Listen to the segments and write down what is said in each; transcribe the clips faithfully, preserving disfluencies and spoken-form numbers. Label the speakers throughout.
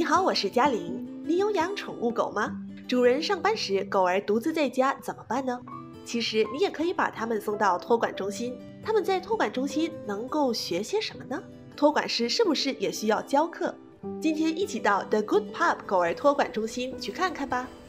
Speaker 1: 好，我是嘉玲。你有养宠物狗吗？主人上班时，狗儿独自在家怎么办呢？其实你也可以把它们送到托管中心。他们在托管中心能够学些什么呢？托管师是不是也需要教课？今天一起到 The Good Pup 狗儿托管中心去看看吧。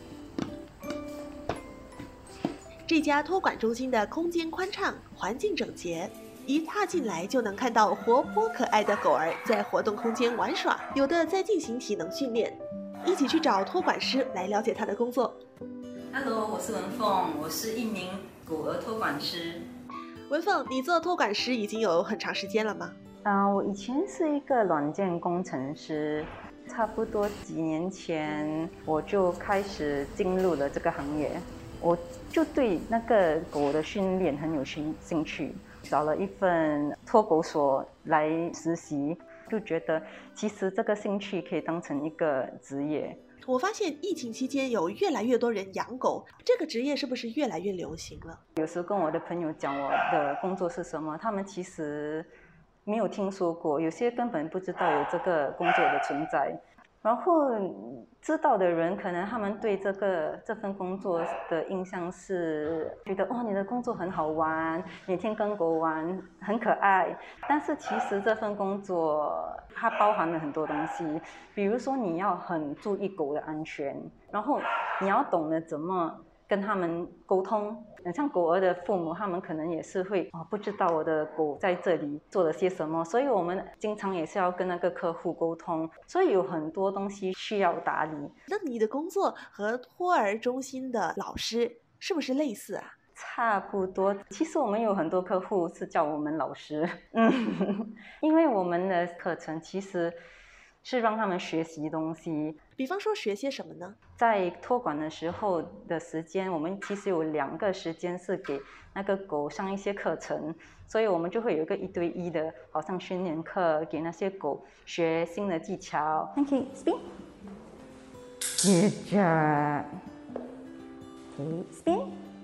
Speaker 1: 这家托管中心的空间宽敞，环境整洁，一踏进来就能看到活泼可爱的狗儿在活动空间玩耍，有的在进行体能训练。一起去找托管师来了解他的工作。
Speaker 2: Hello， 我是文凤，我是一名狗儿托管师。
Speaker 1: 文凤，你做托管师已经有很长时间了吗？
Speaker 3: 啊、呃，我以前是一个软件工程师，差不多几年前我就开始进入了这个行业。我就对那个狗的训练很有兴兴趣，找了一份托狗所来实习，就觉得其实这个兴趣可以当成一个职业。
Speaker 1: 我发现疫情期间有越来越多人养狗，这个职业是不是越来越流行了？
Speaker 3: 有时跟我的朋友讲我的工作是什么，他们其实没有听说过，有些根本不知道有这个工作的存在。然后知道的人可能他们对这个这份工作的印象是觉得哦，你的工作很好玩，每天跟狗玩很可爱。但是其实这份工作它包含了很多东西，比如说你要很注意狗的安全，然后你要懂得怎么跟他们沟通。像狗儿的父母，他们可能也是会哦，不知道我的狗在这里做了些什么，所以我们经常也是要跟那个客户沟通，所以有很多东西需要打理。
Speaker 1: 那你的工作和托儿中心的老师是不是类似啊？
Speaker 3: 差不多，其实我们有很多客户是叫我们老师，嗯，因为我们的课程其实是让他们学习东西。
Speaker 1: 比方说学些什么呢？
Speaker 3: 在托管的时候的时间，我们其实有两个时间是给那个狗上一些课程，所以我们就会有一个一对一的，好像训练课，给那些狗学新的技巧。Okay, spin. Good job. Okay, spin.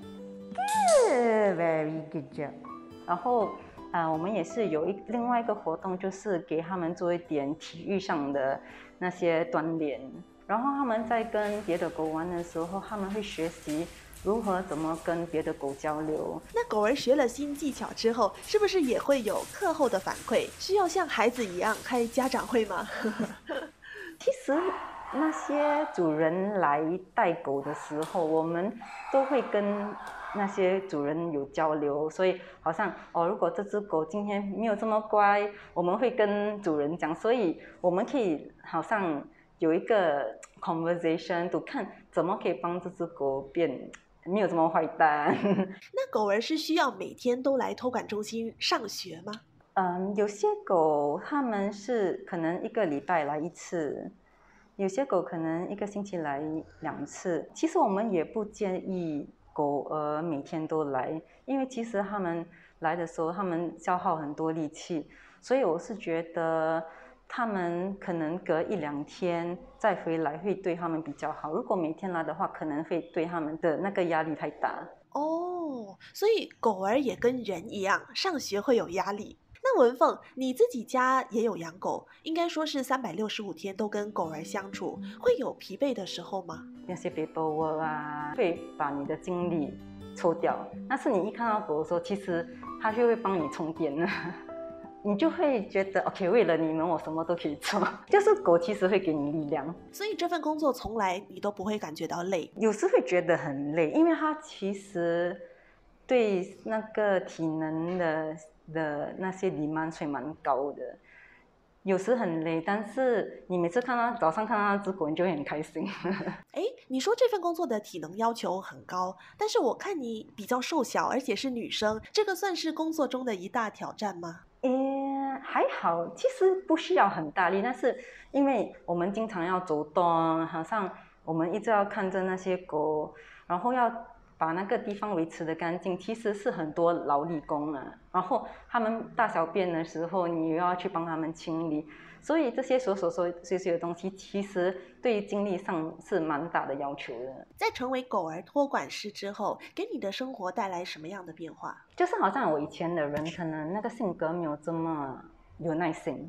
Speaker 3: Good, very good job. 然后啊、呃，我们也是有一另外一个活动，就是给他们做一点体育上的那些锻炼。然后他们在跟别的狗玩的时候，他们会学习如何怎么跟别的狗交流。
Speaker 1: 那狗儿学了新技巧之后，是不是也会有课后的反馈？需要像孩子一样开家长会吗？
Speaker 3: 其实那些主人来带狗的时候，我们都会跟那些主人有交流，所以好像哦，如果这只狗今天没有这么乖，我们会跟主人讲，所以我们可以好像有一个 conversation， to 看怎么可以帮这只狗变没有这么坏蛋。
Speaker 1: 那狗儿是需要每天都来托管中心上学吗？
Speaker 3: 嗯，有些狗他们是可能一个礼拜来一次，有些狗可能一个星期来两次。其实我们也不建议狗儿每天都来，因为其实他们来的时候，他们消耗很多力气，所以我是觉得他们可能隔一两天再回来会对他们比较好。如果每天来的话，可能会对他们的那个压力太大。
Speaker 1: 哦，所以狗儿也跟人一样，上学会有压力。那文凤，你自己家也有养狗，应该说是三百六十五天都跟狗儿相处，会有疲惫的时候吗？
Speaker 3: 那些 paperwork 啊，会把你的精力抽掉。但是你一看到狗的时候，其实它就会帮你充电了。你就会觉得 OK， 为了你们我什么都可以做，就是狗其实会给你力量。
Speaker 1: 所以这份工作从来你都不会感觉到累？
Speaker 3: 有时会觉得很累，因为它其实对那个体能的的那些 demand 是蛮高的，有时很累，但是你每次看到早上看到那只狗，你就会很开心。
Speaker 1: 哎，你说这份工作的体能要求很高，但是我看你比较瘦小，而且是女生，这个算是工作中的一大挑战吗？
Speaker 3: 诶，还好，其实不需要很大力，但是因为我们经常要走动，好像我们一直要看着那些狗，然后要把那个地方维持得干净，其实是很多劳力工啊。然后他们大小便的时候，你又要去帮他们清理，所以这些琐琐碎碎的东西，其实对于精力上是蛮大的要求的。
Speaker 1: 在成为狗儿托管师之后，给你的生活带来什么样的变化？
Speaker 3: 就是好像我以前的人，可能那个性格没有这么有耐心。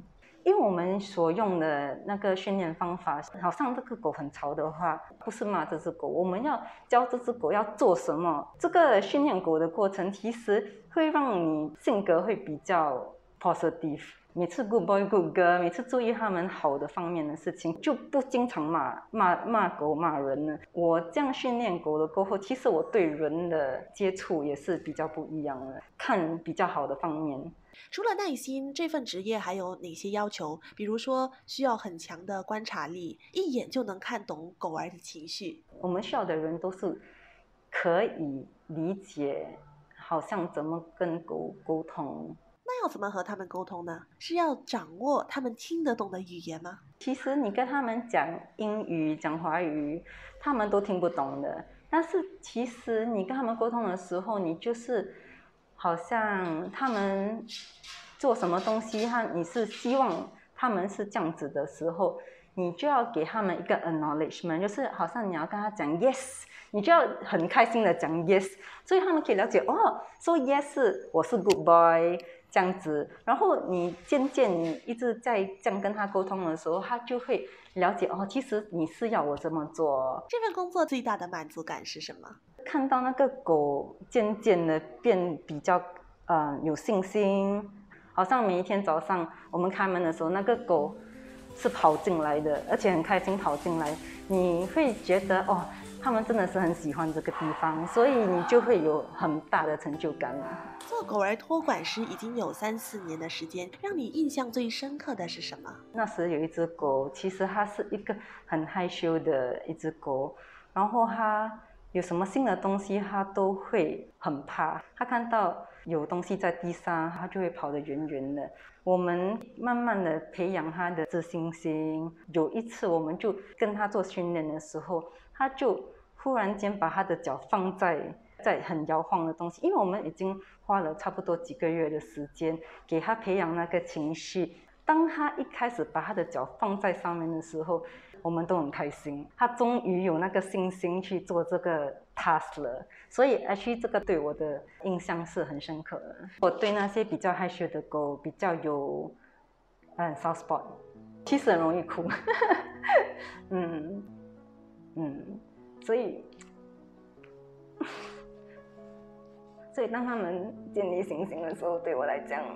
Speaker 3: 因为我们所用的那个训练方法，好像这个狗很吵的话，不是骂这只狗，我们要教这只狗要做什么。这个训练狗的过程，其实会让你性格会比较 positive。每次 good boy good girl， 每次注意他们好的方面的事情，就不经常骂骂骂狗骂人了。我这样训练狗了过后，其实我对人的接触也是比较不一样的，看比较好的方面。
Speaker 1: 除了耐心，这份职业还有哪些要求？比如说需要很强的观察力，一眼就能看懂狗儿的情绪。
Speaker 3: 我们需要的人都是可以理解，好像怎么跟狗沟通。
Speaker 1: 那要怎么和他们沟通呢？是要掌握他们听得懂的语言吗？
Speaker 3: 其实你跟他们讲英语、讲华语，他们都听不懂的。但是其实你跟他们沟通的时候，你就是好像他们做什么东西，他你是希望他们是这样子的时候，你就要给他们一个 acknowledgement， 就是好像你要跟他讲 yes， 你就要很开心的讲 yes， 所以他们可以了解哦，说 yes 我是 good boy。这样子，然后你渐渐你一直在这样跟他沟通的时候，他就会了解哦，其实你是要我这么做。
Speaker 1: 这份工作最大的满足感是什么？
Speaker 3: 看到那个狗渐渐的变比较呃有信心，好像每一天早上我们开门的时候，那个狗是跑进来的，而且很开心跑进来，你会觉得哦，他们真的是很喜欢这个地方，所以你就会有很大的成就感。
Speaker 1: 做狗儿托管师已经有三四年的时间，让你印象最深刻的是什么？
Speaker 3: 那时有一只狗，其实它是一个很害羞的一只狗，然后它有什么新的东西，它都会很怕。它看到有东西在地上，它就会跑得远远的。我们慢慢的培养它的自信心。有一次，我们就跟它做训练的时候，它就忽然间把它的脚放在在很摇晃的东西，因为我们已经花了差不多几个月的时间给他培养那个情绪。当他一开始把他的脚放在上面的时候，我们都很开心，他终于有那个信心去做这个 task 了。所以 actually 这个对我的印象是很深刻的。我对那些比较害羞的狗比较有嗯 soft spot， 其实很容易哭嗯嗯，所以所以当他们建立信心的时候，对我来讲，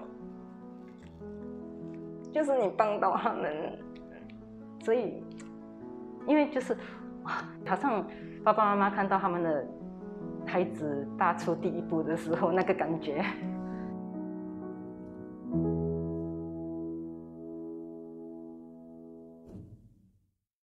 Speaker 3: 就是你帮到他们。所以，因为就是好像爸爸妈妈看到他们的孩子踏出第一步的时候，那个感觉。